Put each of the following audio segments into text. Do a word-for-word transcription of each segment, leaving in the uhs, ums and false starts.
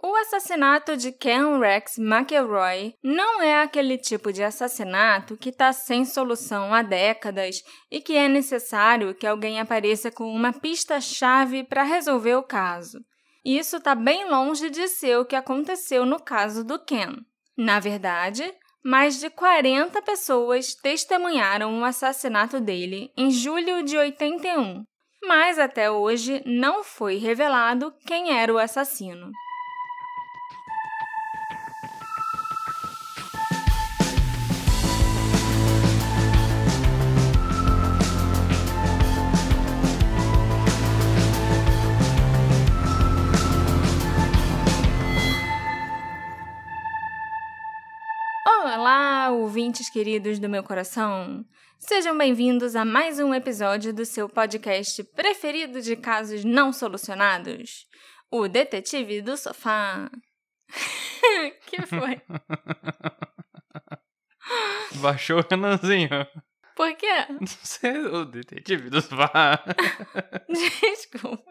O assassinato de Ken Rex McElroy não é aquele tipo de assassinato que está sem solução há décadas e que é necessário que alguém apareça com uma pista-chave para resolver o caso. Isso está bem longe de ser o que aconteceu no caso do Ken. Na verdade, mais de quarenta pessoas testemunharam o assassinato dele em julho de oitenta e um, mas até hoje não foi revelado quem era o assassino. Olá, ouvintes queridos do meu coração! Sejam bem-vindos a mais um episódio do seu podcast preferido de casos não solucionados, o Detetive do Sofá. Que foi? Baixou o Renanzinho. Por quê? Não sei, o Detetive do Sofá. Desculpa.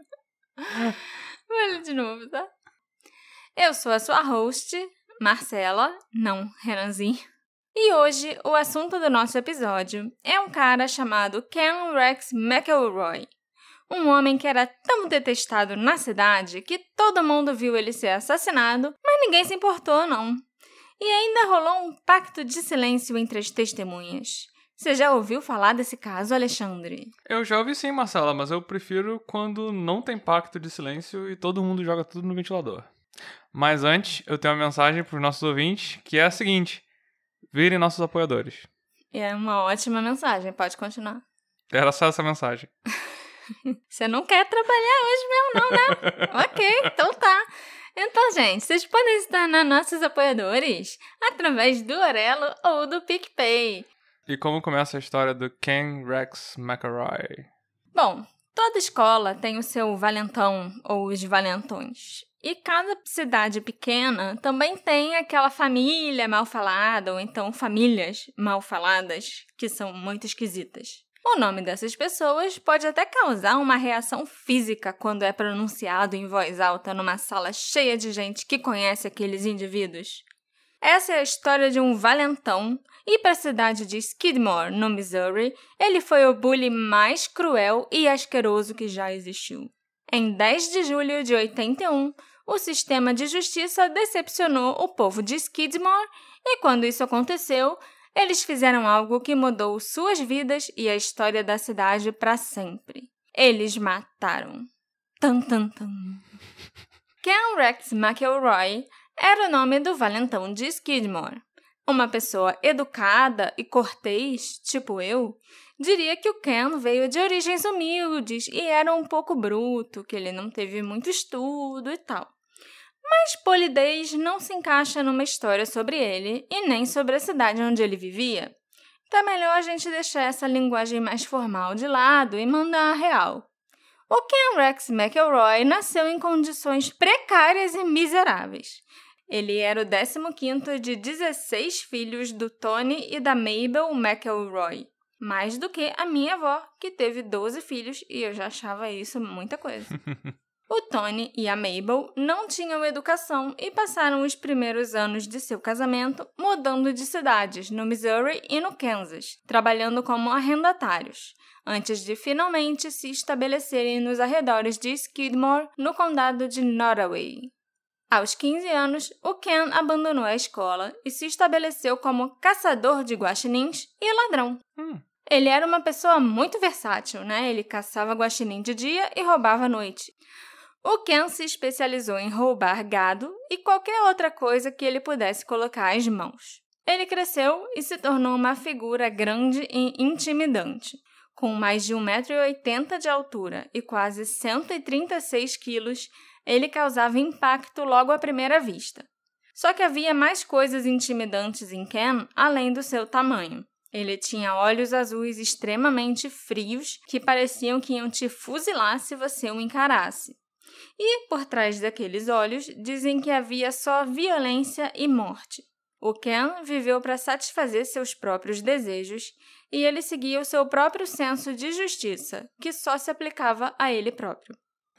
Vale de novo, tá? Eu sou a sua host, Marcela, não Renanzinho. E hoje o assunto do nosso episódio é um cara chamado Ken Rex McElroy. Um homem que era tão detestado na cidade que todo mundo viu ele ser assassinado, mas ninguém se importou, não. E ainda rolou um pacto de silêncio entre as testemunhas. Você já ouviu falar desse caso, Alexandre? Eu já ouvi sim, Marcela, mas eu prefiro quando não tem pacto de silêncio e todo mundo joga tudo no ventilador. Mas antes, eu tenho uma mensagem para os nossos ouvintes, que é a seguinte: virem nossos apoiadores. É uma ótima mensagem, pode continuar. Era só essa mensagem. Você não quer trabalhar hoje mesmo não, né? Ok, então tá. Então, gente, vocês podem se tornar nossos apoiadores através do Orelo ou do PicPay. E como começa a história do Ken Rex McElroy? Bom, toda escola tem o seu valentão ou os valentões. E cada cidade pequena também tem aquela família mal falada ou então famílias mal faladas que são muito esquisitas. O nome dessas pessoas pode até causar uma reação física quando é pronunciado em voz alta numa sala cheia de gente que conhece aqueles indivíduos. Essa é a história de um valentão, e para a cidade de Skidmore, no Missouri, ele foi o bully mais cruel e asqueroso que já existiu. Em dez de julho de oitenta e um, o sistema de justiça decepcionou o povo de Skidmore, e quando isso aconteceu, eles fizeram algo que mudou suas vidas e a história da cidade para sempre. Eles mataram. Tum, tum, tum. Ken Rex McElroy era o nome do valentão de Skidmore. Uma pessoa educada e cortês, tipo eu, diria que o Ken veio de origens humildes e era um pouco bruto, que ele não teve muito estudo e tal. Mas polidez não se encaixa numa história sobre ele e nem sobre a cidade onde ele vivia. Então é melhor a gente deixar essa linguagem mais formal de lado e mandar a real. O Ken Rex McElroy nasceu em condições precárias e miseráveis. Ele era o décimo quinto de dezesseis filhos do Tony e da Mabel McElroy. Mais do que a minha avó, que teve doze filhos, e eu já achava isso muita coisa. O Tony e a Mabel não tinham educação e passaram os primeiros anos de seu casamento mudando de cidades, no Missouri e no Kansas, trabalhando como arrendatários, antes de finalmente se estabelecerem nos arredores de Skidmore, no condado de Nottoway. Aos quinze anos, o Ken abandonou a escola e se estabeleceu como caçador de guaxinins e ladrão. Hum. Ele era uma pessoa muito versátil, né? Ele caçava guaxinim de dia e roubava à noite. O Ken se especializou em roubar gado e qualquer outra coisa que ele pudesse colocar às mãos. Ele cresceu e se tornou uma figura grande e intimidante. Com mais de um metro e oitenta de altura e quase cento e trinta e seis quilos, ele causava impacto logo à primeira vista. Só que havia mais coisas intimidantes em Ken além do seu tamanho. Ele tinha olhos azuis extremamente frios que pareciam que iam te fuzilar se você o encarasse. E, por trás daqueles olhos, dizem que havia só violência e morte. O Ken viveu para satisfazer seus próprios desejos e ele seguia o seu próprio senso de justiça, que só se aplicava a ele próprio.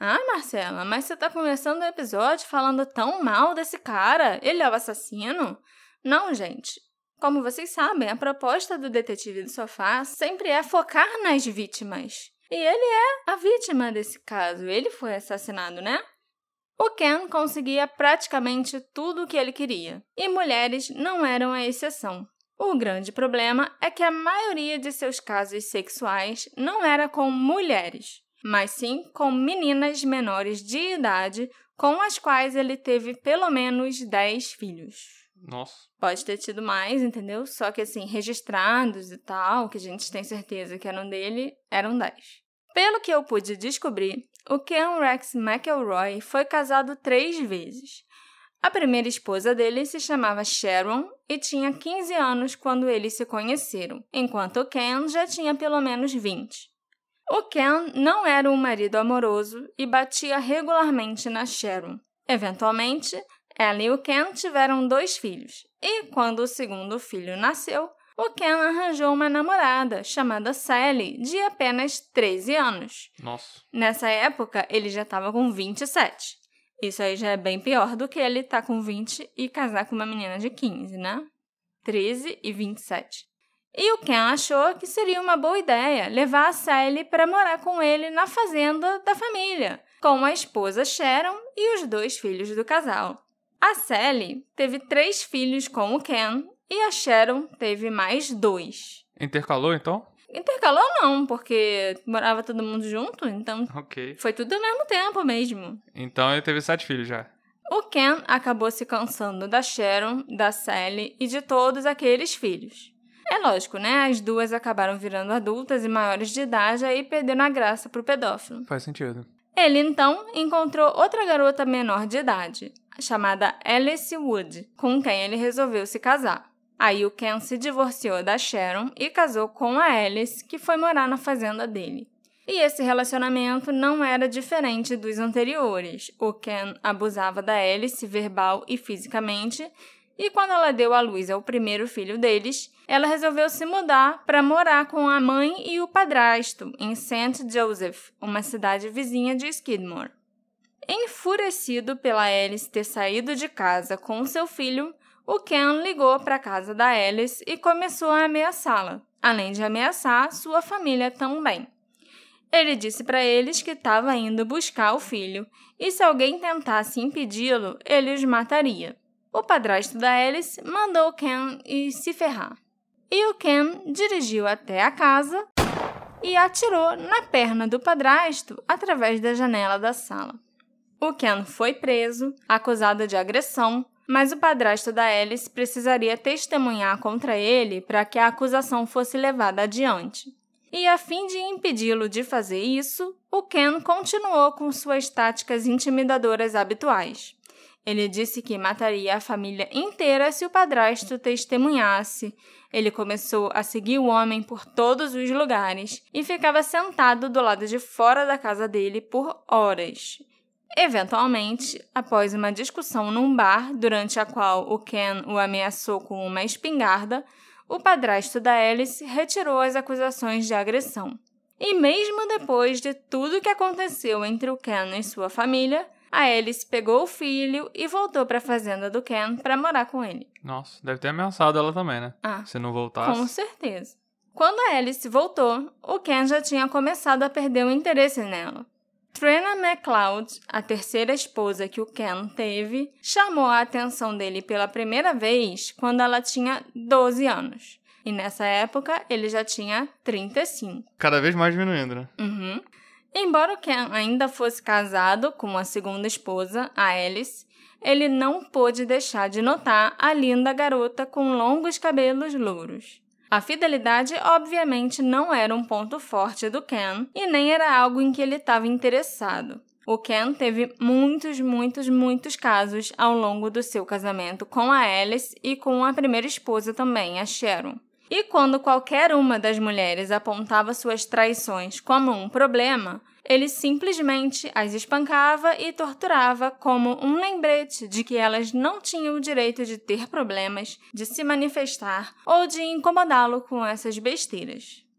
Ah, Marcela, mas você tá começando o episódio falando tão mal desse cara? Ele é o assassino? Não, gente. Como vocês sabem, a proposta do Detetive do Sofá sempre é focar nas vítimas. E ele é a vítima desse caso. Ele foi assassinado, né? O Ken conseguia praticamente tudo o que ele queria. E mulheres não eram a exceção. O grande problema é que a maioria de seus casos sexuais não era com mulheres, mas sim com meninas menores de idade com as quais ele teve pelo menos dez filhos. Nossa. Pode ter tido mais, entendeu? Só que, assim, registrados e tal, que a gente tem certeza que eram dele, eram dez. Pelo que eu pude descobrir, o Ken Rex McElroy foi casado três vezes. A primeira esposa dele se chamava Sharon e tinha quinze anos quando eles se conheceram, enquanto o Ken já tinha pelo menos vinte. O Ken não era um marido amoroso e batia regularmente na Sharon. Eventualmente, ela e o Ken tiveram dois filhos, e quando o segundo filho nasceu, o Ken arranjou uma namorada chamada Sally, de apenas treze anos. Nossa. Nessa época, ele já estava com vinte e sete. Isso aí já é bem pior do que ele estar tá com vinte e casar com uma menina de quinze, né? treze e vinte e sete. E o Ken achou que seria uma boa ideia levar a Sally para morar com ele na fazenda da família, com a esposa Sharon e os dois filhos do casal. A Sally teve três filhos com o Ken e a Sharon teve mais dois. Intercalou, então? Intercalou não, porque morava todo mundo junto, então Ok. foi tudo ao mesmo tempo mesmo. Então ele teve sete filhos já. O Ken acabou se cansando da Sharon, da Sally e de todos aqueles filhos. É lógico, né? As duas acabaram virando adultas e maiores de idade e perderam a graça pro pedófilo. Faz sentido. Ele, então, encontrou outra garota menor de idade, chamada Alice Wood, com quem ele resolveu se casar. Aí o Ken se divorciou da Sharon e casou com a Alice, que foi morar na fazenda dele. E esse relacionamento não era diferente dos anteriores. O Ken abusava da Alice verbal e fisicamente, e quando ela deu à luz ao primeiro filho deles, ela resolveu se mudar para morar com a mãe e o padrasto em Saint Joseph, uma cidade vizinha de Skidmore. Enfurecido pela Alice ter saído de casa com seu filho, o Ken ligou para a casa da Alice e começou a ameaçá-la, além de ameaçar sua família também. Ele disse para eles que estava indo buscar o filho e se alguém tentasse impedi-lo, ele os mataria. O padrasto da Alice mandou o Ken ir se ferrar. E o Ken dirigiu até a casa e atirou na perna do padrasto através da janela da sala. O Ken foi preso, acusado de agressão, mas o padrasto da Alice precisaria testemunhar contra ele para que a acusação fosse levada adiante. E, a fim de impedi-lo de fazer isso, o Ken continuou com suas táticas intimidadoras habituais. Ele disse que mataria a família inteira se o padrasto testemunhasse. Ele começou a seguir o homem por todos os lugares e ficava sentado do lado de fora da casa dele por horas. Eventualmente, após uma discussão num bar, durante a qual o Ken o ameaçou com uma espingarda, o padrasto da Alice retirou as acusações de agressão. E mesmo depois de tudo que aconteceu entre o Ken e sua família, a Alice pegou o filho e voltou para a fazenda do Ken para morar com ele. Nossa, deve ter ameaçado ela também, né? Ah, se não voltasse. Com certeza. Quando a Alice voltou, o Ken já tinha começado a perder o interesse nela. Trina McLeod, a terceira esposa que o Ken teve, chamou a atenção dele pela primeira vez quando ela tinha doze anos. E nessa época, ele já tinha trinta e cinco. Cada vez mais diminuindo, né? Uhum. Embora o Ken ainda fosse casado com a segunda esposa, a Alice, ele não pôde deixar de notar a linda garota com longos cabelos louros. A fidelidade, obviamente, não era um ponto forte do Ken e nem era algo em que ele estava interessado. O Ken teve muitos, muitos, muitos casos ao longo do seu casamento com a Alice e com a primeira esposa também, a Sharon. E quando qualquer uma das mulheres apontava suas traições como um problema, ele simplesmente as espancava e torturava como um lembrete de que elas não tinham o direito de ter problemas, de se manifestar ou de incomodá-lo com essas besteiras.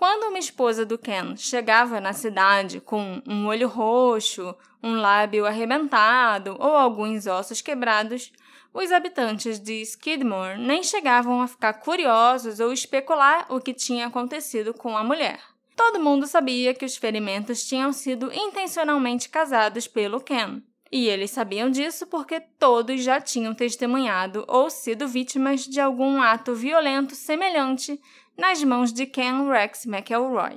Quando uma esposa do Ken chegava na cidade com um olho roxo, um lábio arrebentado ou alguns ossos quebrados, os habitantes de Skidmore nem chegavam a ficar curiosos ou especular o que tinha acontecido com a mulher. Todo mundo sabia que os ferimentos tinham sido intencionalmente causados pelo Ken. E eles sabiam disso porque todos já tinham testemunhado ou sido vítimas de algum ato violento semelhante nas mãos de Ken Rex McElroy.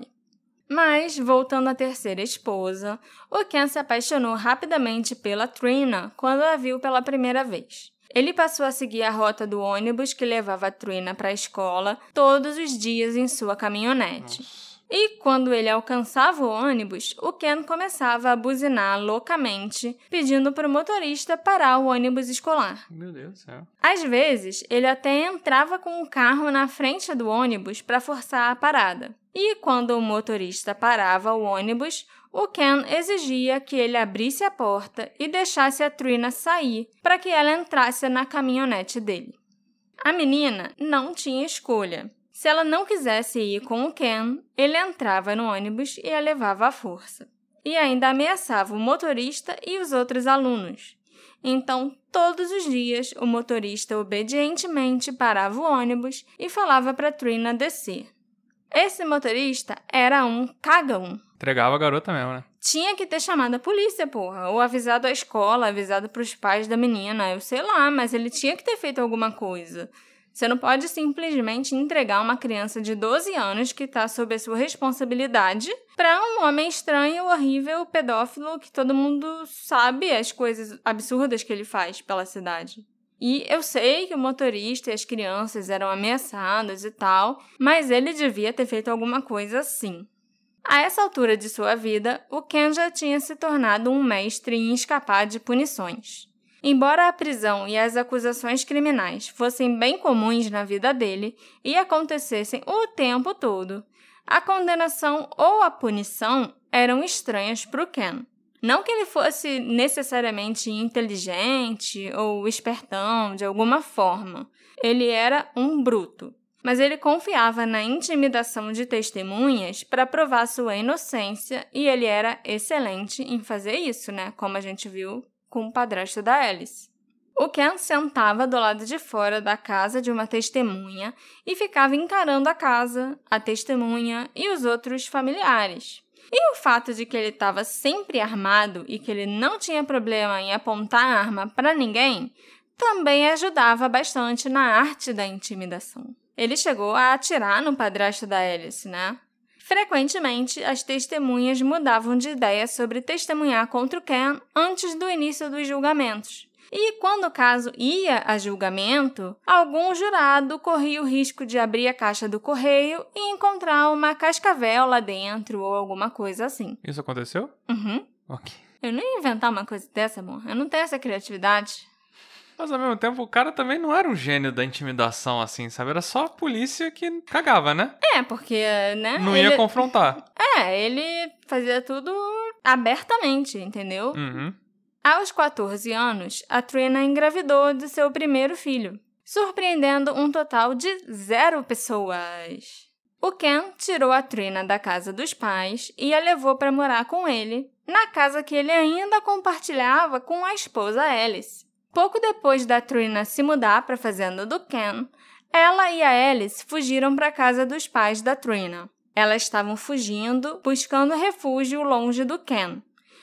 Mas, voltando à terceira esposa, o Ken se apaixonou rapidamente pela Trina quando a viu pela primeira vez. Ele passou a seguir a rota do ônibus que levava a Trina para a escola todos os dias em sua caminhonete. Nossa. E quando ele alcançava o ônibus, o Ken começava a buzinar loucamente, pedindo para o motorista parar o ônibus escolar. Meu Deus do céu. Às vezes, ele até entrava com o carro na frente do ônibus para forçar a parada. E quando o motorista parava o ônibus, o Ken exigia que ele abrisse a porta e deixasse a Trina sair para que ela entrasse na caminhonete dele. A menina não tinha escolha. Se ela não quisesse ir com o Ken, ele entrava no ônibus e a levava à força. E ainda ameaçava o motorista e os outros alunos. Então, todos os dias, o motorista obedientemente parava o ônibus e falava para Trina descer. Esse motorista era um cagão. Entregava a garota mesmo, né? Tinha que ter chamado a polícia, porra. Ou avisado a escola, avisado pros pais da menina, eu sei lá, mas ele tinha que ter feito alguma coisa. Você não pode simplesmente entregar uma criança de doze anos que está sob a sua responsabilidade para um homem estranho, horrível, pedófilo, que todo mundo sabe as coisas absurdas que ele faz pela cidade. E eu sei que o motorista e as crianças eram ameaçados e tal, mas ele devia ter feito alguma coisa assim. A essa altura de sua vida, o Ken já tinha se tornado um mestre em escapar de punições. Embora a prisão e as acusações criminais fossem bem comuns na vida dele e acontecessem o tempo todo, a condenação ou a punição eram estranhas para o Ken. Não que ele fosse necessariamente inteligente ou espertão de alguma forma. Ele era um bruto. Mas ele confiava na intimidação de testemunhas para provar sua inocência e ele era excelente em fazer isso, né? Como a gente viu com o padrasto da Alice. O Ken sentava do lado de fora da casa de uma testemunha e ficava encarando a casa, a testemunha e os outros familiares. E o fato de que ele estava sempre armado e que ele não tinha problema em apontar a arma para ninguém também ajudava bastante na arte da intimidação. Ele chegou a atirar no padrasto da Alice, né? Frequentemente, as testemunhas mudavam de ideia sobre testemunhar contra o Ken antes do início dos julgamentos. E quando o caso ia a julgamento, algum jurado corria o risco de abrir a caixa do correio e encontrar uma cascavel lá dentro ou alguma coisa assim. Isso aconteceu? Uhum. Ok. Eu não ia inventar uma coisa dessa, amor. Eu não tenho essa criatividade. Mas ao mesmo tempo, o cara também não era um gênio da intimidação, assim, sabe? Era só a polícia que cagava, né? É, porque, né? Não ele... ia confrontar. É, ele fazia tudo abertamente, entendeu? Uhum. Aos quatorze anos, a Trina engravidou de seu primeiro filho, surpreendendo um total de zero pessoas. O Ken tirou a Trina da casa dos pais e a levou para morar com ele, na casa que ele ainda compartilhava com a esposa Alice. Pouco depois da Trina se mudar para a fazenda do Ken, ela e a Alice fugiram para a casa dos pais da Trina. Elas estavam fugindo, buscando refúgio longe do Ken.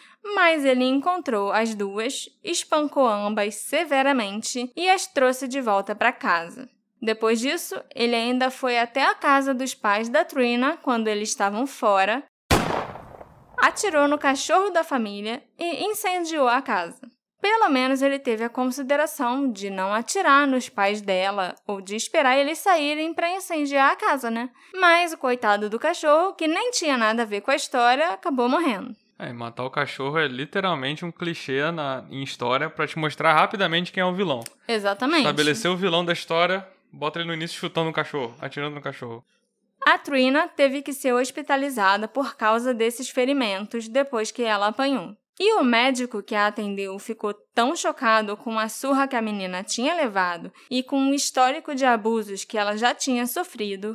Mas ele encontrou as duas, espancou ambas severamente e as trouxe de volta para casa. Depois disso, ele ainda foi até a casa dos pais da Trina quando eles estavam fora, atirou no cachorro da família e incendiou a casa. Pelo menos ele teve a consideração de não atirar nos pais dela ou de esperar eles saírem para incendiar a casa, né? Mas o coitado do cachorro, que nem tinha nada a ver com a história, acabou morrendo. É, matar o cachorro é literalmente um clichê na, em história pra te mostrar rapidamente quem é o vilão. Exatamente. Estabelecer o vilão da história, bota ele no início chutando o cachorro, atirando no cachorro. A Trina teve que ser hospitalizada por causa desses ferimentos depois que ela apanhou. E o médico que a atendeu ficou tão chocado com a surra que a menina tinha levado e com o histórico de abusos que ela já tinha sofrido,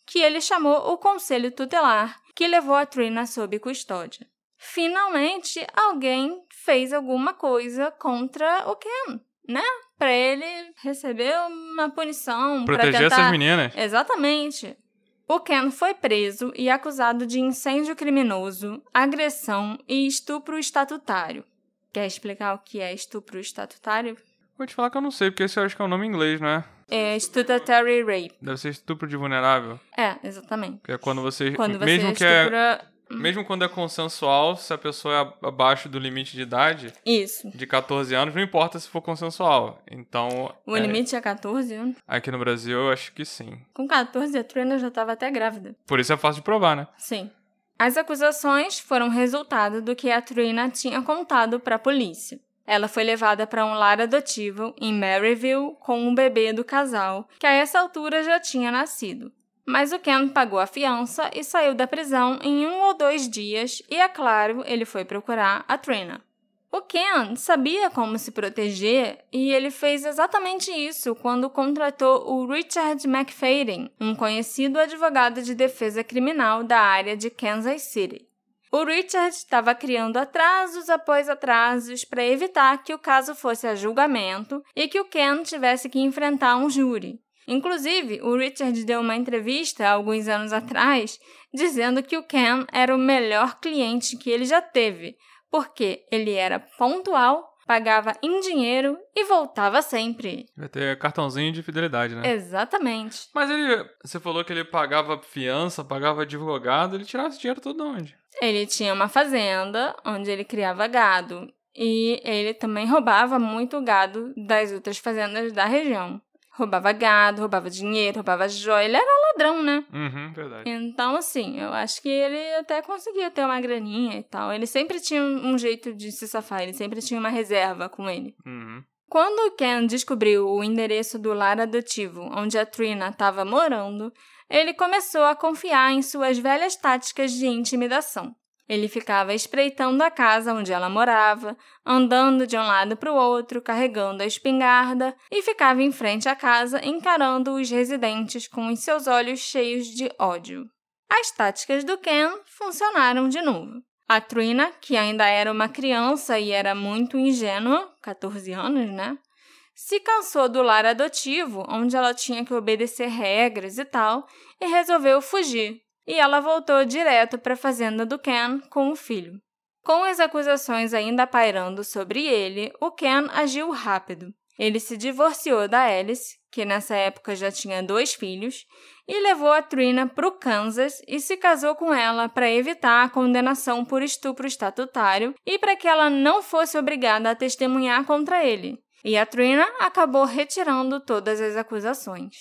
que ele chamou o conselho tutelar, que levou a Trina sob custódia. Finalmente, alguém fez alguma coisa contra o Ken, né? Para ele receber uma punição. Proteger pra tentar... essas meninas. Exatamente. O Ken foi preso e acusado de incêndio criminoso, agressão e estupro estatutário. Quer explicar o que é estupro estatutário? Vou te falar que eu não sei, porque esse eu acho que é o nome em inglês, não é? É statutory rape. Deve ser estupro de vulnerável. É, exatamente. Que é quando você... Quando você mesmo que estupra... é... Mesmo quando é consensual, se a pessoa é abaixo do limite de idade... Isso. De catorze anos, não importa se for consensual. Então... O é... limite é catorze anos? Aqui no Brasil, eu acho que sim. Com catorze, a Trina já estava até grávida. Por isso é fácil de provar, né? Sim. As acusações foram resultado do que a Trina tinha contado para a polícia. Ela foi levada para um lar adotivo em Maryville com um bebê do casal, que a essa altura já tinha nascido. Mas o Ken pagou a fiança e saiu da prisão em um ou dois dias e, é claro, ele foi procurar a Trina. O Ken sabia como se proteger e ele fez exatamente isso quando contratou o Richard McFadden, um conhecido advogado de defesa criminal da área de Kansas City. O Richard estava criando atrasos após atrasos para evitar que o caso fosse a julgamento e que o Ken tivesse que enfrentar um júri. Inclusive, o Richard deu uma entrevista há alguns anos atrás dizendo que o Ken era o melhor cliente que ele já teve, porque ele era pontual, pagava em dinheiro e voltava sempre. Vai ter cartãozinho de fidelidade, né? Exatamente. Mas ele, você falou que ele pagava fiança, pagava advogado, ele tirava esse dinheiro todo de onde? Ele tinha uma fazenda onde ele criava gado e ele também roubava muito gado das outras fazendas da região. Roubava gado, roubava dinheiro, roubava joia. Ele era ladrão, né? Uhum, verdade. Então, assim, eu acho que ele até conseguia ter uma graninha e tal. Ele sempre tinha um jeito de se safar, ele sempre tinha uma reserva com ele. Uhum. Quando o Ken descobriu o endereço do lar adotivo onde a Trina estava morando, ele começou a confiar em suas velhas táticas de intimidação. Ele ficava espreitando a casa onde ela morava, andando de um lado para o outro, carregando a espingarda, e ficava em frente à casa encarando os residentes com os seus olhos cheios de ódio. As táticas do Ken funcionaram de novo. A Trina, que ainda era uma criança e era muito ingênua, catorze anos, né? Se cansou do lar adotivo, onde ela tinha que obedecer regras e tal, e resolveu fugir. E ela voltou direto para a fazenda do Ken com o filho. Com as acusações ainda pairando sobre ele, o Ken agiu rápido. Ele se divorciou da Alice, que nessa época já tinha dois filhos, e levou a Trina para o Kansas e se casou com ela para evitar a condenação por estupro estatutário e para que ela não fosse obrigada a testemunhar contra ele. E a Trina acabou retirando todas as acusações.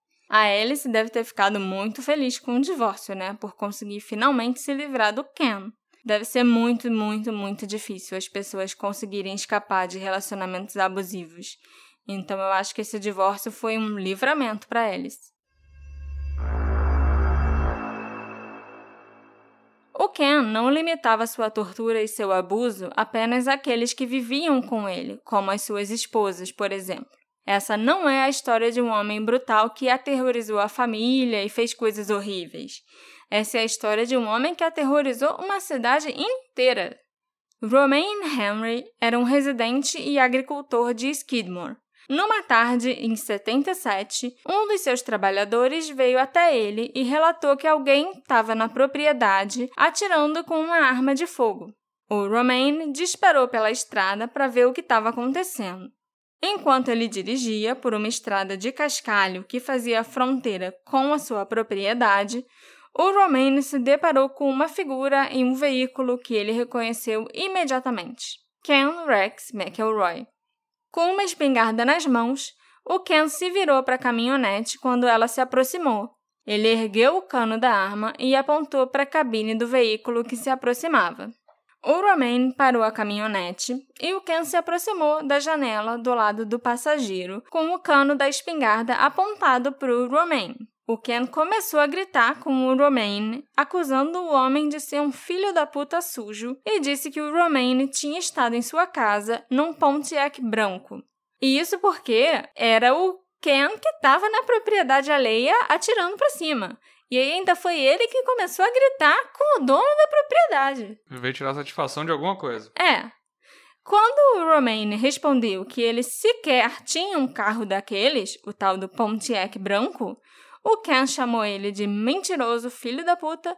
A Alice deve ter ficado muito feliz com o divórcio, né? Por conseguir finalmente se livrar do Ken. Deve ser muito, muito, muito difícil as pessoas conseguirem escapar de relacionamentos abusivos. Então eu acho que esse divórcio foi um livramento para Alice. O Ken não limitava sua tortura e seu abuso apenas àqueles que viviam com ele, como as suas esposas, por exemplo. Essa não é a história de um homem brutal que aterrorizou a família e fez coisas horríveis. Essa é a história de um homem que aterrorizou uma cidade inteira. Romaine Henry era um residente e agricultor de Skidmore. Numa tarde, em setenta e sete, um dos seus trabalhadores veio até ele e relatou que alguém estava na propriedade atirando com uma arma de fogo. O Romaine disparou pela estrada para ver o que estava acontecendo. Enquanto ele dirigia por uma estrada de cascalho que fazia fronteira com a sua propriedade, o Romaine se deparou com uma figura em um veículo que ele reconheceu imediatamente: Ken Rex McElroy. Com uma espingarda nas mãos, o Ken se virou para a caminhonete quando ela se aproximou. Ele ergueu o cano da arma e apontou para a cabine do veículo que se aproximava. O Romaine parou a caminhonete e o Ken se aproximou da janela do lado do passageiro com o cano da espingarda apontado para o Romaine. O Ken começou a gritar com o Romaine, acusando o homem de ser um filho da puta sujo e disse que o Romaine tinha estado em sua casa num Pontiac branco. E isso porque era o Ken que estava na propriedade alheia atirando para cima. E aí ainda foi ele que começou a gritar com o dono da propriedade. Veio tirar satisfação de alguma coisa. É. Quando o Romaine respondeu que ele sequer tinha um carro daqueles, o tal do Pontiac branco, o Ken chamou ele de mentiroso filho da puta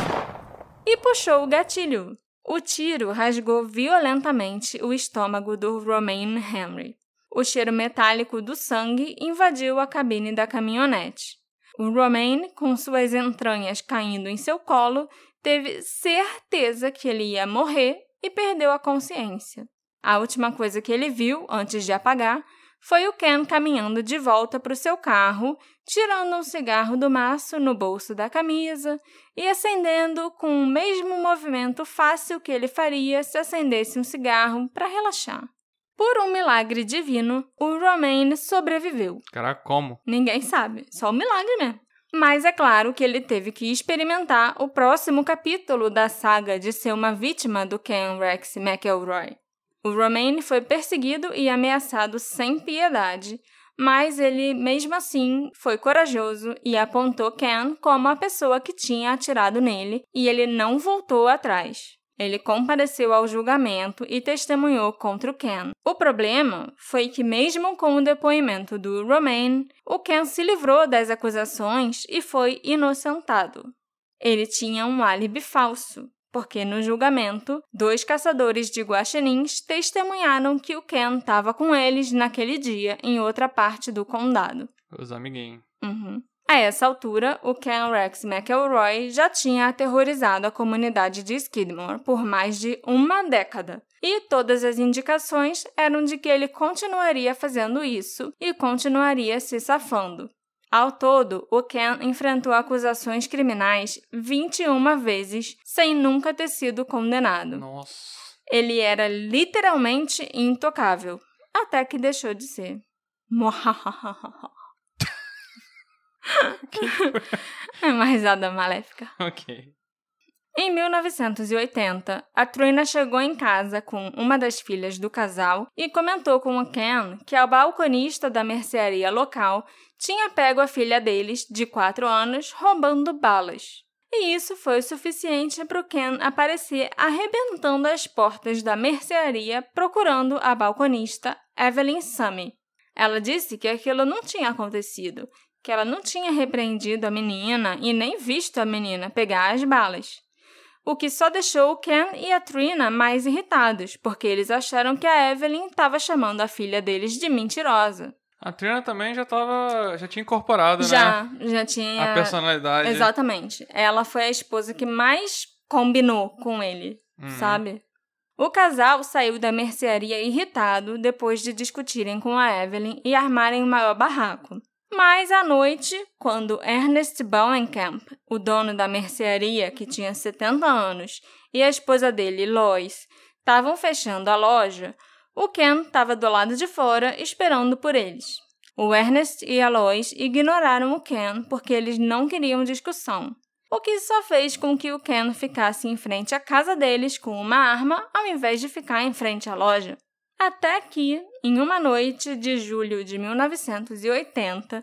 e puxou o gatilho. O tiro rasgou violentamente o estômago do Romaine Henry. O cheiro metálico do sangue invadiu a cabine da caminhonete. O Romaine, com suas entranhas caindo em seu colo, teve certeza que ele ia morrer e perdeu a consciência. A última coisa que ele viu, antes de apagar, foi o Ken caminhando de volta para o seu carro, tirando um cigarro do maço no bolso da camisa e acendendo com o mesmo movimento fácil que ele faria se acendesse um cigarro para relaxar. Por um milagre divino, o Romaine sobreviveu. Caraca, como? Ninguém sabe, só um milagre mesmo. Mas é claro que ele teve que experimentar o próximo capítulo da saga de ser uma vítima do Ken Rex McElroy. O Romaine foi perseguido e ameaçado sem piedade, mas ele, mesmo assim, foi corajoso e apontou Ken como a pessoa que tinha atirado nele, e ele não voltou atrás. Ele compareceu ao julgamento e testemunhou contra o Ken. O problema foi que, mesmo com o depoimento do Romaine, o Ken se livrou das acusações e foi inocentado. Ele tinha um álibi falso, porque no julgamento, dois caçadores de guaxinins testemunharam que o Ken estava com eles naquele dia em outra parte do condado. Os amiguinhos. Uhum. A essa altura, o Ken Rex McElroy já tinha aterrorizado a comunidade de Skidmore por mais de uma década, e todas as indicações eram de que ele continuaria fazendo isso e continuaria se safando. Ao todo, o Ken enfrentou acusações criminais vinte e uma vezes, sem nunca ter sido condenado. Nossa. Ele era literalmente intocável, até que deixou de ser. É uma risada maléfica. Ok. Em mil novecentos e oitenta, a Trina chegou em casa com uma das filhas do casal e comentou com o Ken que a balconista da mercearia local tinha pego a filha deles, de quatro anos, roubando balas. E isso foi o suficiente para o Ken aparecer arrebentando as portas da mercearia procurando a balconista Evelyn Summy. Ela disse que aquilo não tinha acontecido, que ela não tinha repreendido a menina e nem visto a menina pegar as balas. O que só deixou o Ken e a Trina mais irritados, porque eles acharam que a Evelyn estava chamando a filha deles de mentirosa. A Trina também já tava, já tinha incorporado, já, né? Já, já tinha... A personalidade. Exatamente. Ela foi a esposa que mais combinou com ele, uhum. sabe? O casal saiu da mercearia irritado depois de discutirem com a Evelyn e armarem o maior barraco. Mas, à noite, quando Ernest Bauenkamp, o dono da mercearia, que tinha setenta anos, e a esposa dele, Lois, estavam fechando a loja, o Ken estava do lado de fora esperando por eles. O Ernest e a Lois ignoraram o Ken porque eles não queriam discussão, o que só fez com que o Ken ficasse em frente à casa deles com uma arma ao invés de ficar em frente à loja. Até que, em uma noite de julho de mil novecentos e oitenta,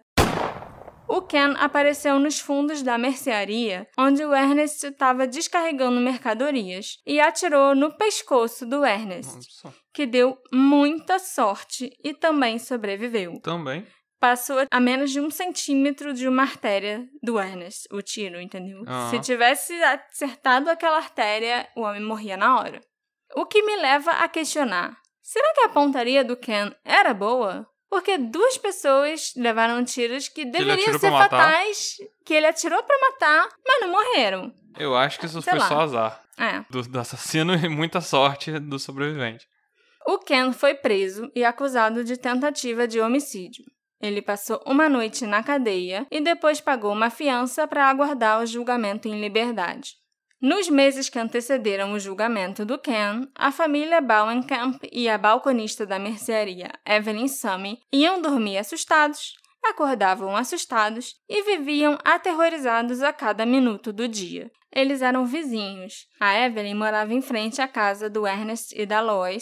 o Ken apareceu nos fundos da mercearia, onde o Ernest estava descarregando mercadorias, e atirou no pescoço do Ernest, Nossa. que deu muita sorte e também sobreviveu. Também? Passou a menos de um centímetro de uma artéria do Ernest, o tiro, entendeu? Uhum. Se tivesse acertado aquela artéria, o homem morria na hora. O que me leva a questionar: será que a pontaria do Ken era boa? Porque duas pessoas levaram tiros que deveriam ser fatais, que ele atirou pra matar, mas não morreram. Eu acho que isso Sei foi lá. só azar É. do, do assassino e muita sorte do sobrevivente. O Ken foi preso e acusado de tentativa de homicídio. Ele passou uma noite na cadeia e depois pagou uma fiança para aguardar o julgamento em liberdade. Nos meses que antecederam o julgamento do Ken, a família Bauenkamp e a balconista da mercearia, Evelyn Summy, iam dormir assustados, acordavam assustados e viviam aterrorizados a cada minuto do dia. Eles eram vizinhos. A Evelyn morava em frente à casa do Ernest e da Lois,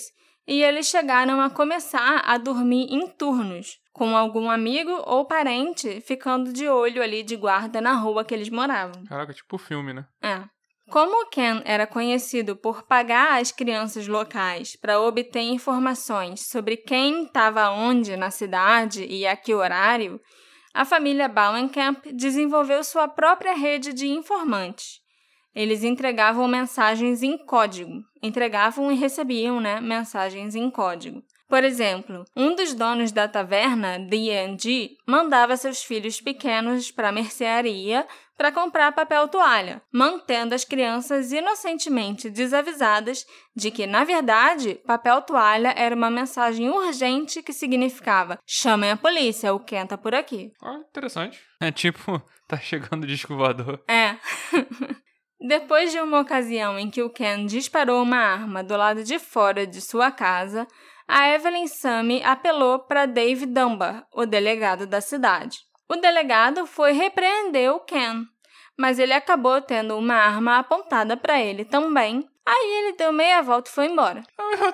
e eles chegaram a começar a dormir em turnos, com algum amigo ou parente ficando de olho ali de guarda na rua que eles moravam. Caraca, tipo filme, né? É. Como o Ken era conhecido por pagar as crianças locais para obter informações sobre quem estava onde na cidade e a que horário, a família Bauernkamp desenvolveu sua própria rede de informantes. Eles entregavam mensagens em código. Entregavam e recebiam, né, mensagens em código. Por exemplo, um dos donos da taverna, D and G, mandava seus filhos pequenos para a mercearia para comprar papel toalha, mantendo as crianças inocentemente desavisadas de que, na verdade, papel toalha era uma mensagem urgente que significava chamem a polícia, o Ken tá por aqui. Ah, interessante. É tipo, tá chegando o disco voador. É. Depois de uma ocasião em que o Ken disparou uma arma do lado de fora de sua casa, a Evelyn Summy apelou para Dave Dunbar, o delegado da cidade. O delegado foi repreender o Ken, mas ele acabou tendo uma arma apontada para ele também. Aí ele deu meia volta e foi embora.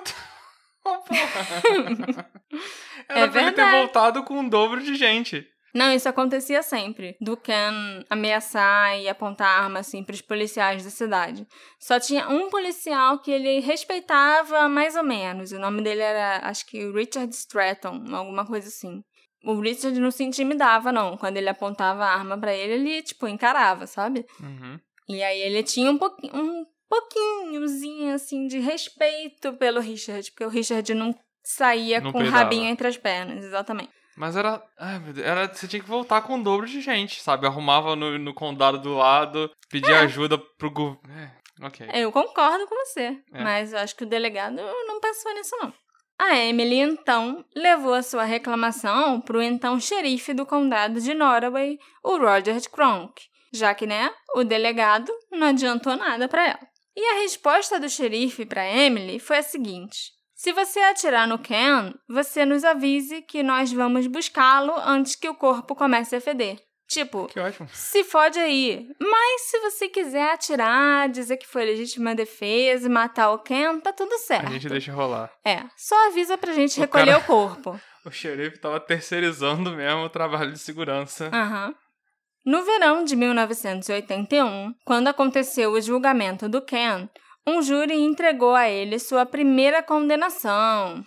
Oh, porra. É Era pra ele ter verdade. voltado com um dobro de gente. Não, isso acontecia sempre, do Ken ameaçar e apontar arma assim para os policiais da cidade. Só tinha um policial que ele respeitava mais ou menos. O nome dele era, acho que Richard Stratton, alguma coisa assim. O Richard não se intimidava, não. Quando ele apontava a arma pra ele, ele, tipo, encarava, sabe? Uhum. E aí ele tinha um pouquinho, um pouquinhozinho, assim, de respeito pelo Richard, porque o Richard não saía Não com o peidava. rabinho entre as pernas, exatamente. Mas era, ai, meu Deus, era. Você tinha que voltar com o dobro de gente, sabe? Arrumava no, no condado do lado, pedia É. ajuda pro governo. É, ok. Eu concordo com você, É. mas eu acho que o delegado não pensou nisso, não. A Emily, então, levou a sua reclamação para o então xerife do condado de Norway, o Roger Kronk, já que, né, o delegado não adiantou nada para ela. E a resposta do xerife para Emily foi a seguinte: se você atirar no Ken, você nos avise que nós vamos buscá-lo antes que o corpo comece a feder. Tipo, Que ótimo. se fode aí. Mas se você quiser atirar, dizer que foi legítima defesa e matar o Ken, tá tudo certo. A gente deixa rolar. É, só avisa pra gente O recolher cara- o corpo. O xerife tava terceirizando mesmo o trabalho de segurança. Aham. No verão de mil novecentos e oitenta e um, quando aconteceu o julgamento do Ken, um júri entregou a ele sua primeira condenação.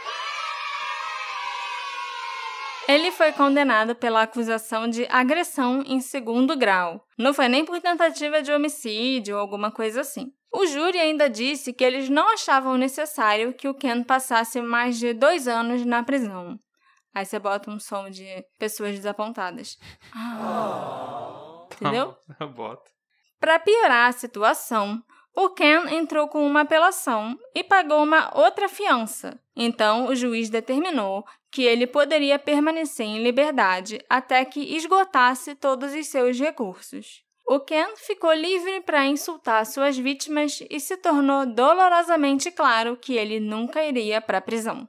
Ele foi condenado pela acusação de agressão em segundo grau. Não foi nem por tentativa de homicídio ou alguma coisa assim. O júri ainda disse que eles não achavam necessário que o Ken passasse mais de dois anos na prisão. Aí você bota um som de pessoas desapontadas. Ah, entendeu? Tá bom, bota. Para piorar a situação, o Ken entrou com uma apelação e pagou uma outra fiança. Então, o juiz determinou que ele poderia permanecer em liberdade até que esgotasse todos os seus recursos. O Ken ficou livre para insultar suas vítimas e se tornou dolorosamente claro que ele nunca iria para a prisão.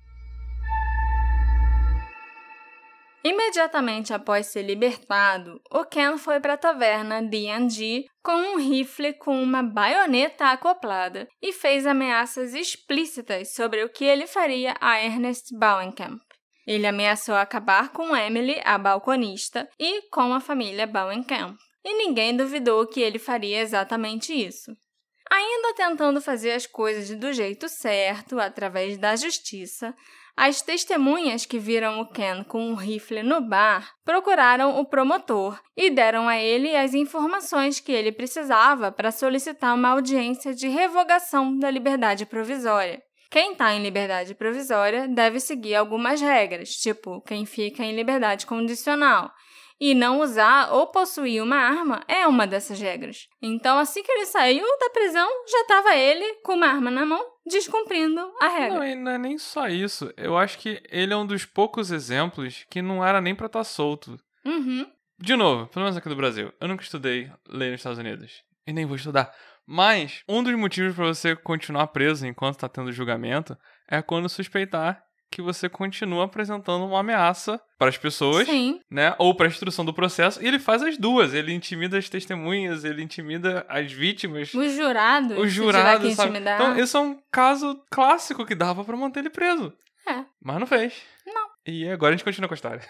Imediatamente após ser libertado, o Ken foi para a taverna D and G com um rifle com uma baioneta acoplada e fez ameaças explícitas sobre o que ele faria a Ernest Bauernkamp. Ele ameaçou acabar com Emily, a balconista, e com a família Bauernkamp. E ninguém duvidou que ele faria exatamente isso. Ainda tentando fazer as coisas do jeito certo, através da justiça, as testemunhas que viram o Ken com um rifle no bar procuraram o promotor e deram a ele as informações que ele precisava para solicitar uma audiência de revogação da liberdade provisória. Quem está em liberdade provisória deve seguir algumas regras, tipo quem fica em liberdade condicional. E não usar ou possuir uma arma é uma dessas regras. Então, assim que ele saiu da prisão, já estava ele com uma arma na mão, descumprindo a regra. Não, e não é nem só isso. Eu acho que ele é um dos poucos exemplos que não era nem pra estar solto. Uhum. De novo, pelo menos aqui do Brasil. Eu nunca estudei lei nos Estados Unidos. E nem vou estudar. Mas, um dos motivos pra você continuar preso enquanto tá tendo julgamento é quando suspeitar que você continua apresentando uma ameaça para as pessoas, Sim. né? Ou para a instrução do processo. E ele faz as duas. Ele intimida as testemunhas, ele intimida as vítimas. Os jurados. Os jurados, se sabe? intimidar. Então, esse é um caso clássico que dava para manter ele preso. É. Mas não fez. Não. E agora a gente continua com a história.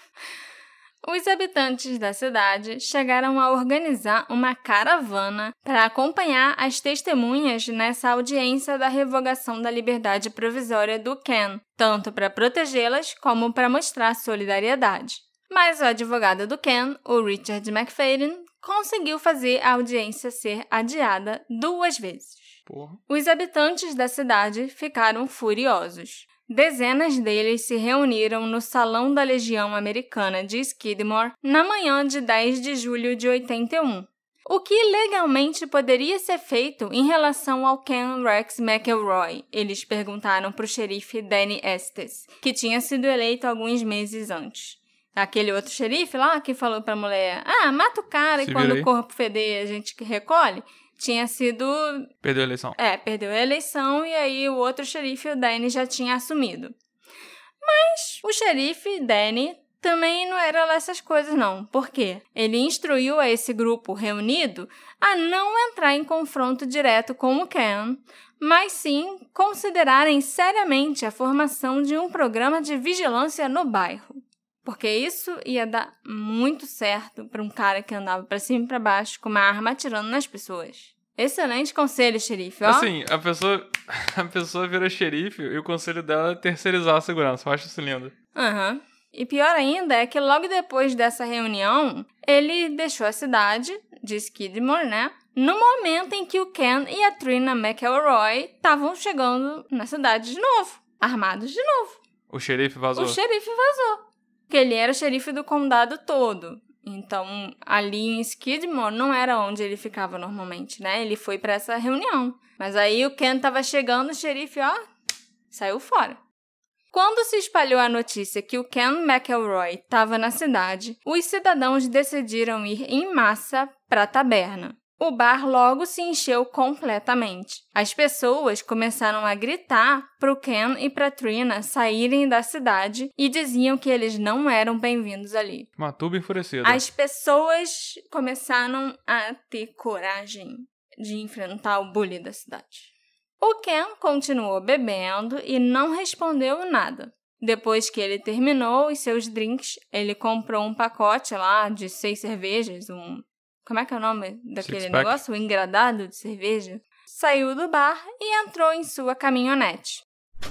Os habitantes da cidade chegaram a organizar uma caravana para acompanhar as testemunhas nessa audiência da revogação da liberdade provisória do Ken, tanto para protegê-las como para mostrar solidariedade. Mas o advogado do Ken, o Richard McFadden, conseguiu fazer a audiência ser adiada duas vezes. Porra. Os habitantes da cidade ficaram furiosos. Dezenas deles se reuniram no Salão da Legião Americana de Skidmore na manhã de dez de julho de oitenta e um. O que legalmente poderia ser feito em relação ao Ken Rex McElroy? Eles perguntaram para o xerife Danny Estes, que tinha sido eleito alguns meses antes. Aquele outro xerife lá que falou para a mulher, ah, mata o cara Se e quando aí. o corpo feder a gente que recolhe, tinha sido... Perdeu a eleição. É, perdeu a eleição e aí o outro xerife, o Danny, já tinha assumido. Mas o xerife, Danny, também não era lá essas coisas não. Por quê? Ele instruiu a esse grupo reunido a não entrar em confronto direto com o Ken, mas sim considerarem seriamente a formação de um programa de vigilância no bairro. Porque isso ia dar muito certo para um cara que andava para cima e para baixo com uma arma atirando nas pessoas. Excelente conselho, xerife, ó. Assim, a pessoa, a pessoa vira xerife e o conselho dela é terceirizar a segurança. Eu acho isso lindo. Aham. Uhum. E pior ainda é que logo depois dessa reunião, ele deixou a cidade de Skidmore, né? No momento em que o Ken e a Trina McElroy estavam chegando na cidade de novo, armados de novo. O xerife vazou. O xerife vazou. Porque ele era o xerife do condado todo. Então, ali em Skidmore não era onde ele ficava normalmente, né? Ele foi para essa reunião. Mas aí o Ken tava chegando, o xerife, ó, saiu fora. Quando se espalhou a notícia que o Ken McElroy estava na cidade, os cidadãos decidiram ir em massa para a taberna. O bar logo se encheu completamente. As pessoas começaram a gritar para o Ken e para Trina saírem da cidade e diziam que eles não eram bem-vindos ali. Uma tuba enfurecida. As pessoas começaram a ter coragem de enfrentar o bully da cidade. O Ken continuou bebendo e não respondeu nada. Depois que ele terminou os seus drinks, ele comprou um pacote lá de seis cervejas, um... Como é que é o nome daquele negócio? O engradado de cerveja. Saiu do bar e entrou em sua caminhonete.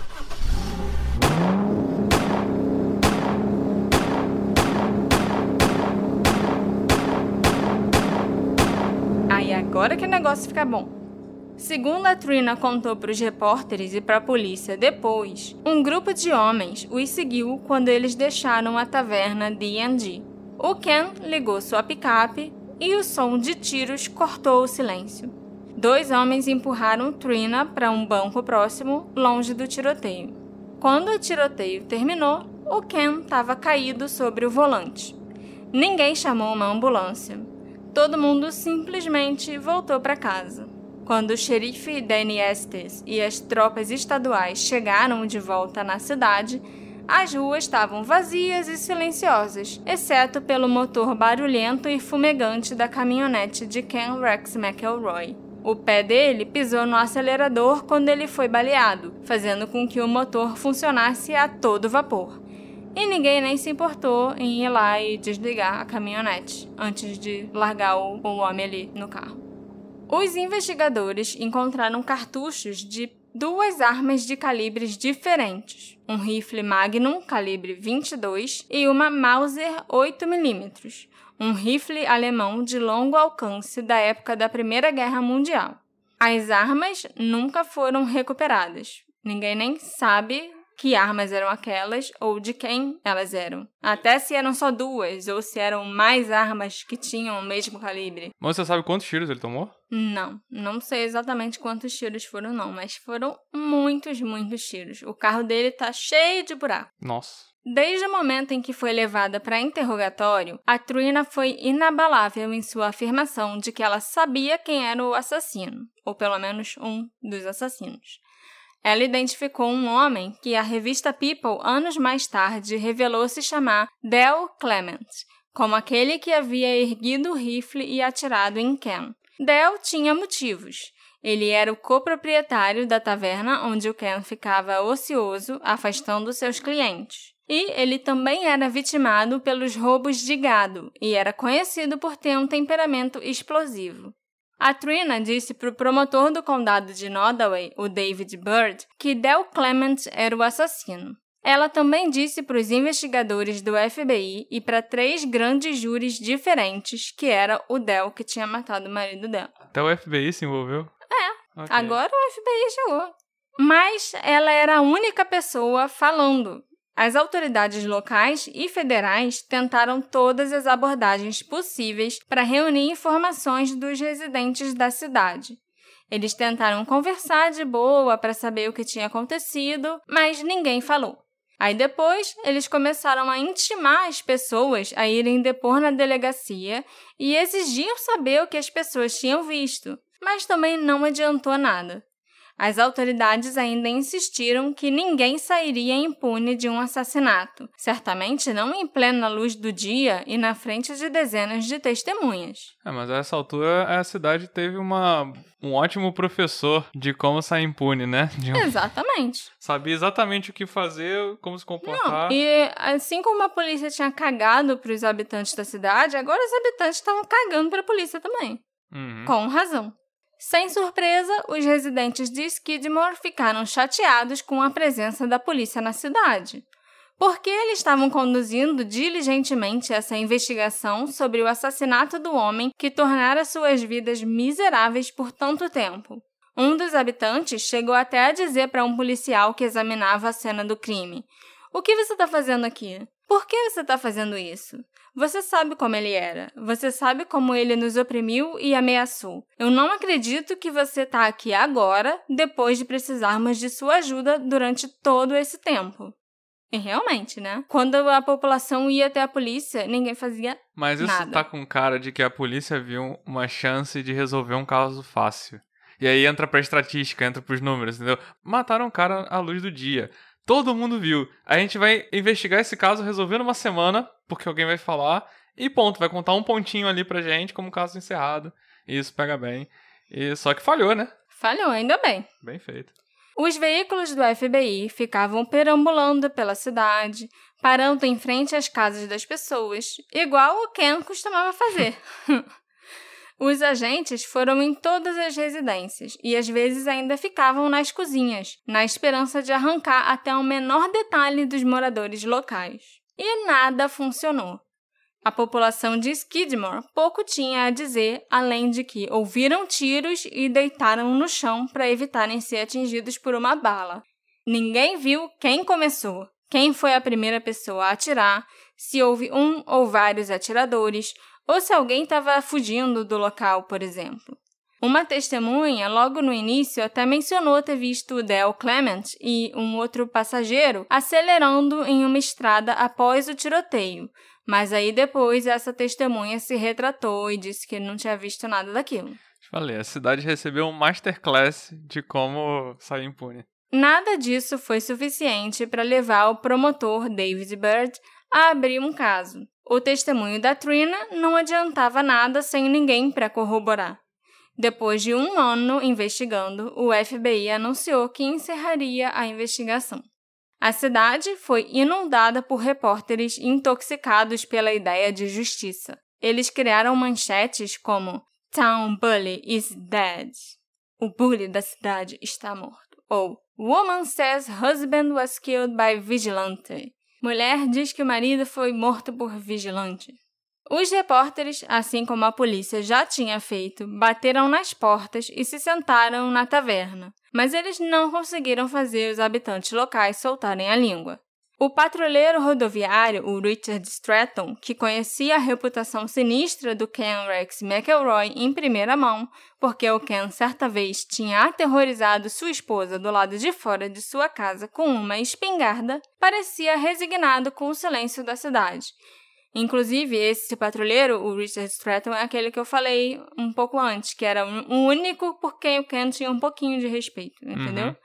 Aí agora que o negócio fica bom. Segundo a Trina contou para os repórteres e para a polícia depois, um grupo de homens os seguiu quando eles deixaram a taverna D and D. O Ken ligou sua picape e o som de tiros cortou o silêncio. Dois homens empurraram Trina para um banco próximo, longe do tiroteio. Quando o tiroteio terminou, o Ken estava caído sobre o volante. Ninguém chamou uma ambulância. Todo mundo simplesmente voltou para casa. Quando o xerife Danny Estes e as tropas estaduais chegaram de volta na cidade, as ruas estavam vazias e silenciosas, exceto pelo motor barulhento e fumegante da caminhonete de Ken Rex McElroy. O pé dele pisou no acelerador quando ele foi baleado, fazendo com que o motor funcionasse a todo vapor. E ninguém nem se importou em ir lá e desligar a caminhonete, antes de largar o, o homem ali no carro. Os investigadores encontraram cartuchos de duas armas de calibres diferentes, um rifle Magnum calibre vinte e dois e uma Mauser oito milímetros, um rifle alemão de longo alcance da época da Primeira Guerra Mundial. As armas nunca foram recuperadas. Ninguém nem sabe que armas eram aquelas ou de quem elas eram. Até se eram só duas ou se eram mais armas que tinham o mesmo calibre. Mas você sabe quantos tiros ele tomou? Não, não sei exatamente quantos tiros foram não, mas foram muitos, muitos tiros. O carro dele tá cheio de buraco. Nossa. Desde o momento em que foi levada para interrogatório, a Trina foi inabalável em sua afirmação de que ela sabia quem era o assassino, ou pelo menos um dos assassinos. Ela identificou um homem que a revista People, anos mais tarde, revelou se chamar Del Clement, como aquele que havia erguido o rifle e atirado em Ken. Del tinha motivos. Ele era o coproprietário da taverna onde o Ken ficava ocioso, afastando seus clientes. E ele também era vitimado pelos roubos de gado e era conhecido por ter um temperamento explosivo. A Trina disse para o promotor do condado de Nottoway, o David Bird, que Del Clement era o assassino. Ela também disse para os investigadores do F B I e para três grandes júris diferentes que era o Del que tinha matado o marido dela. Até o F B I se envolveu? É, okay. Agora o F B I chegou. Mas ela era a única pessoa falando. As autoridades locais e federais tentaram todas as abordagens possíveis para reunir informações dos residentes da cidade. Eles tentaram conversar de boa para saber o que tinha acontecido, mas ninguém falou. Aí depois, eles começaram a intimar as pessoas a irem depor na delegacia e exigiam saber o que as pessoas tinham visto, mas também não adiantou nada. As autoridades ainda insistiram que ninguém sairia impune de um assassinato, certamente não em plena luz do dia e na frente de dezenas de testemunhas. É, mas a essa altura a cidade teve uma, um ótimo professor de como sair impune, né? De um... Exatamente. Sabia exatamente o que fazer, como se comportar. Não, e assim como a polícia tinha cagado para os habitantes da cidade, agora os habitantes estavam cagando para a polícia também. Uhum. Com razão. Sem surpresa, os residentes de Skidmore ficaram chateados com a presença da polícia na cidade, porque eles estavam conduzindo diligentemente essa investigação sobre o assassinato do homem que tornara suas vidas miseráveis por tanto tempo. Um dos habitantes chegou até a dizer para um policial que examinava a cena do crime: "O que você está fazendo aqui? Por que você está fazendo isso? Você sabe como ele era. Você sabe como ele nos oprimiu e ameaçou. Eu não acredito que você está aqui agora, depois de precisarmos de sua ajuda durante todo esse tempo." E realmente, né? Quando a população ia até a polícia, ninguém fazia nada. Mas isso tá com cara de que a polícia viu uma chance de resolver um caso fácil. E aí entra pra estatística, entra pros números, entendeu? Mataram um cara à luz do dia. Todo mundo viu. A gente vai investigar esse caso, resolver numa semana, porque alguém vai falar, e ponto, vai contar um pontinho ali pra gente como caso encerrado. E isso pega bem. E só que falhou, né? Falhou, ainda bem. Bem feito. Os veículos do F B I ficavam perambulando pela cidade, parando em frente às casas das pessoas, igual o Ken costumava fazer. Os agentes foram em todas as residências e às vezes ainda ficavam nas cozinhas, na esperança de arrancar até o menor detalhe dos moradores locais. E nada funcionou. A população de Skidmore pouco tinha a dizer, além de que ouviram tiros e deitaram no chão para evitarem ser atingidos por uma bala. Ninguém viu quem começou, quem foi a primeira pessoa a atirar, se houve um ou vários atiradores, ou se alguém estava fugindo do local, por exemplo. Uma testemunha, logo no início, até mencionou ter visto o Del Clement e um outro passageiro acelerando em uma estrada após o tiroteio, mas aí depois essa testemunha se retratou e disse que não tinha visto nada daquilo. Te falei, a cidade recebeu um masterclass de como sair impune. Nada disso foi suficiente para levar o promotor David Bird a abrir um caso. O testemunho da Trina não adiantava nada sem ninguém para corroborar. Depois de um ano investigando, o F B I anunciou que encerraria a investigação. A cidade foi inundada por repórteres intoxicados pela ideia de justiça. Eles criaram manchetes como "Town Bully is dead", o bully da cidade está morto, ou "Woman says husband was killed by vigilante", mulher diz que o marido foi morto por vigilante. Os repórteres, assim como a polícia já tinha feito, bateram nas portas e se sentaram na taverna, mas eles não conseguiram fazer os habitantes locais soltarem a língua. O patrulheiro rodoviário, o Richard Stratton, que conhecia a reputação sinistra do Ken Rex McElroy em primeira mão, porque o Ken certa vez tinha aterrorizado sua esposa do lado de fora de sua casa com uma espingarda, parecia resignado com o silêncio da cidade. Inclusive, esse patrulheiro, o Richard Stratton, é aquele que eu falei um pouco antes, que era o único por quem o Ken tinha um pouquinho de respeito, entendeu? Uhum.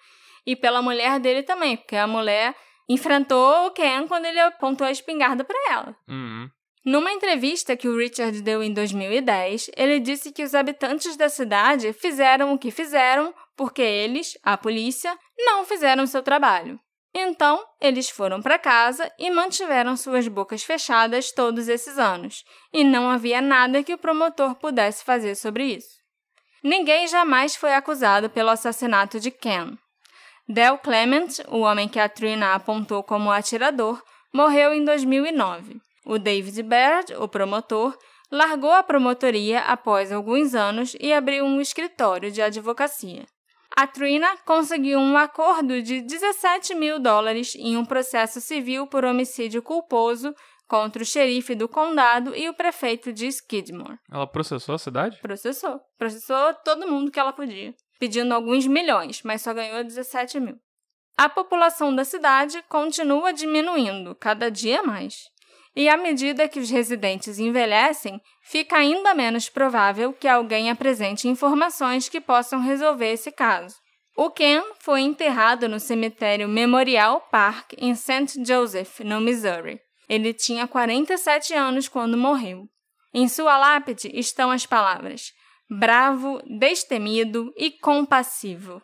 E pela mulher dele também, porque a mulher enfrentou o Ken quando ele apontou a espingarda para ela. Uhum. Numa entrevista que o Richard deu em dois mil e dez, ele disse que os habitantes da cidade fizeram o que fizeram porque eles, a polícia, não fizeram seu trabalho. Então, eles foram para casa e mantiveram suas bocas fechadas todos esses anos, e não havia nada que o promotor pudesse fazer sobre isso. Ninguém jamais foi acusado pelo assassinato de Ken. Del Clement, o homem que a Trina apontou como atirador, morreu em dois mil e nove. O David Baird, o promotor, largou a promotoria após alguns anos e abriu um escritório de advocacia. A Trina conseguiu um acordo de dezessete mil dólares em um processo civil por homicídio culposo contra o xerife do condado e o prefeito de Skidmore. Ela processou a cidade? Processou. Processou todo mundo que ela podia, pedindo alguns milhões, mas só ganhou dezessete mil. A população da cidade continua diminuindo, cada dia mais. E à medida que os residentes envelhecem, fica ainda menos provável que alguém apresente informações que possam resolver esse caso. O Ken foi enterrado no cemitério Memorial Park, em Saint Joseph, no Missouri. Ele tinha quarenta e sete anos quando morreu. Em sua lápide estão as palavras bravo, destemido e compassivo.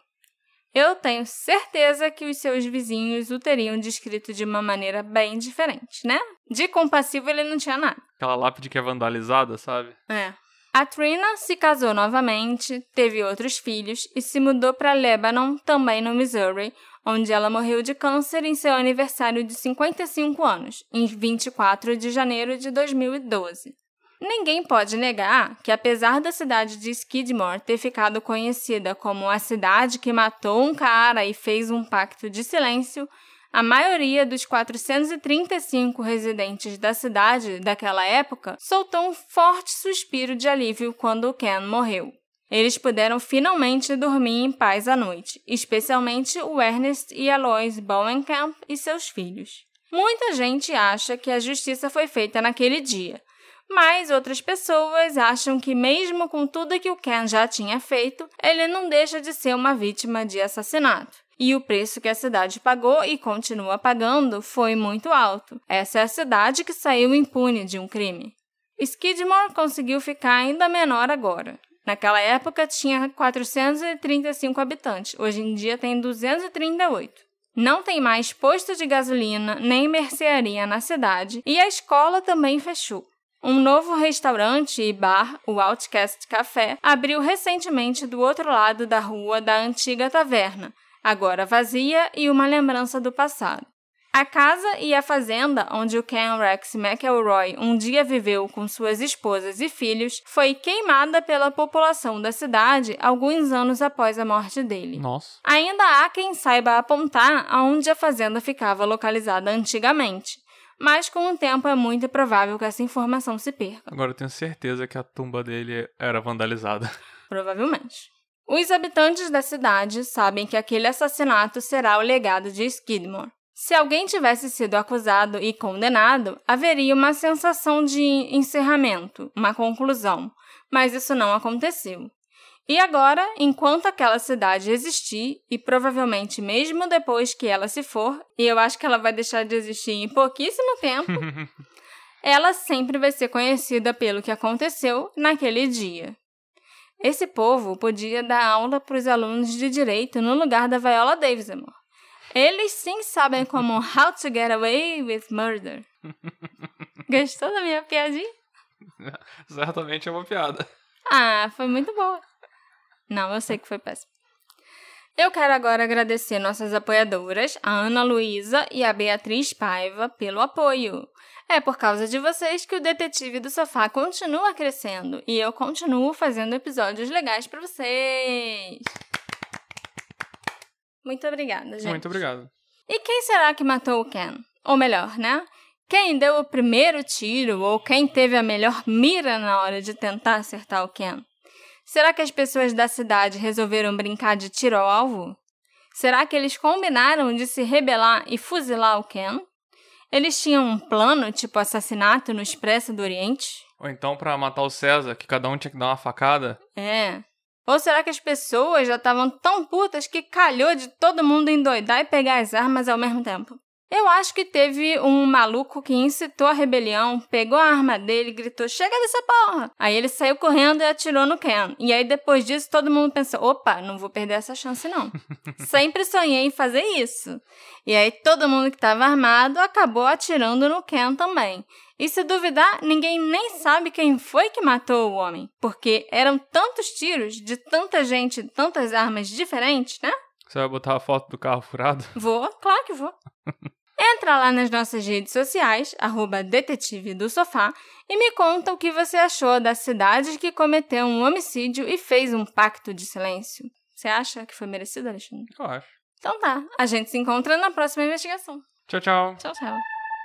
Eu tenho certeza que os seus vizinhos o teriam descrito de uma maneira bem diferente, né? De compassivo ele não tinha nada. Aquela lápide que é vandalizada, sabe? É. A Trina se casou novamente, teve outros filhos e se mudou para Lebanon, também no Missouri, onde ela morreu de câncer em seu aniversário de cinquenta e cinco anos, em vinte e quatro de janeiro de dois mil e doze. Ninguém pode negar que, apesar da cidade de Skidmore ter ficado conhecida como a cidade que matou um cara e fez um pacto de silêncio, a maioria dos quatrocentos e trinta e cinco residentes da cidade daquela época soltou um forte suspiro de alívio quando o Ken morreu. Eles puderam finalmente dormir em paz à noite, especialmente o Ernest e a Lois Bowenkamp e seus filhos. Muita gente acha que a justiça foi feita naquele dia, mas outras pessoas acham que mesmo com tudo que o Ken já tinha feito, ele não deixa de ser uma vítima de assassinato. E o preço que a cidade pagou e continua pagando foi muito alto. Essa é a cidade que saiu impune de um crime. Skidmore conseguiu ficar ainda menor agora. Naquela época tinha quatrocentos e trinta e cinco habitantes, hoje em dia tem duzentos e trinta e oito. Não tem mais posto de gasolina nem mercearia na cidade e a escola também fechou. Um novo restaurante e bar, o Outcast Café, abriu recentemente do outro lado da rua da antiga taverna, agora vazia e uma lembrança do passado. A casa e a fazenda onde o Ken Rex McElroy um dia viveu com suas esposas e filhos foi queimada pela população da cidade alguns anos após a morte dele. Nossa. Ainda há quem saiba apontar aonde a fazenda ficava localizada antigamente, mas com o tempo é muito provável que essa informação se perca. Agora eu tenho certeza que a tumba dele era vandalizada. Provavelmente. Os habitantes da cidade sabem que aquele assassinato será o legado de Skidmore. Se alguém tivesse sido acusado e condenado, haveria uma sensação de encerramento, uma conclusão, mas isso não aconteceu. E agora, enquanto aquela cidade existir, e provavelmente mesmo depois que ela se for, e eu acho que ela vai deixar de existir em pouquíssimo tempo, ela sempre vai ser conhecida pelo que aconteceu naquele dia. Esse povo podia dar aula para os alunos de direito no lugar da Viola Davis, amor. Eles sim sabem como How to Get Away with Murder. Gostou da minha piadinha? Certamente é uma piada. Ah, foi muito boa. Não, eu sei que foi péssimo. Eu quero agora agradecer nossas apoiadoras, a Ana Luísa e a Beatriz Paiva, pelo apoio. É por causa de vocês que o Detetive do Sofá continua crescendo e eu continuo fazendo episódios legais para vocês. Muito obrigada, gente. Muito obrigado. E quem será que matou o Ken? Ou melhor, né? Quem deu o primeiro tiro ou quem teve a melhor mira na hora de tentar acertar o Ken? Será que as pessoas da cidade resolveram brincar de tiro ao alvo? Será que eles combinaram de se rebelar e fuzilar o Ken? Eles tinham um plano, tipo assassinato no Expresso do Oriente? Ou então pra matar o César, que cada um tinha que dar uma facada? É. Ou será que as pessoas já estavam tão putas que calhou de todo mundo endoidar e pegar as armas ao mesmo tempo? Eu acho que teve um maluco que incitou a rebelião, pegou a arma dele e gritou, chega dessa porra! Aí ele saiu correndo e atirou no Ken. E aí depois disso todo mundo pensou, opa, não vou perder essa chance não. Sempre sonhei em fazer isso. E aí todo mundo que estava armado acabou atirando no Ken também. E se duvidar, ninguém nem sabe quem foi que matou o homem. Porque eram tantos tiros de tanta gente, tantas armas diferentes, né? Você vai botar a foto do carro furado? Vou, claro que vou. Entra lá nas nossas redes sociais, arroba detetive do sofá, e me conta o que você achou da cidade que cometeu um homicídio e fez um pacto de silêncio. Você acha que foi merecido, Alexandre? Eu acho. Então tá, a gente se encontra na próxima investigação. Tchau, tchau. Tchau, tchau.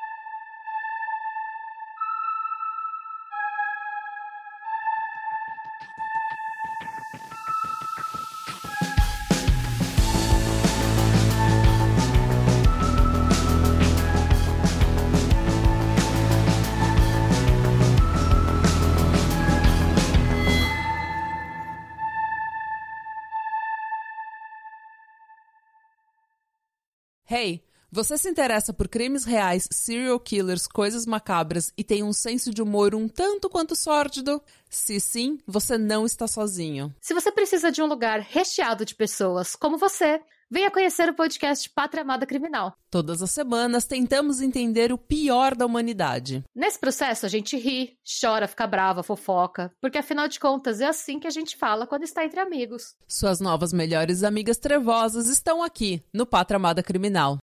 Hey, você se interessa por crimes reais, serial killers, coisas macabras e tem um senso de humor um tanto quanto sórdido? Se sim, você não está sozinho. Se você precisa de um lugar recheado de pessoas como você, venha conhecer o podcast Pátria Amada Criminal. Todas as semanas tentamos entender o pior da humanidade. Nesse processo a gente ri, chora, fica brava, fofoca, porque afinal de contas é assim que a gente fala quando está entre amigos. Suas novas melhores amigas trevosas estão aqui no Pátria Amada Criminal.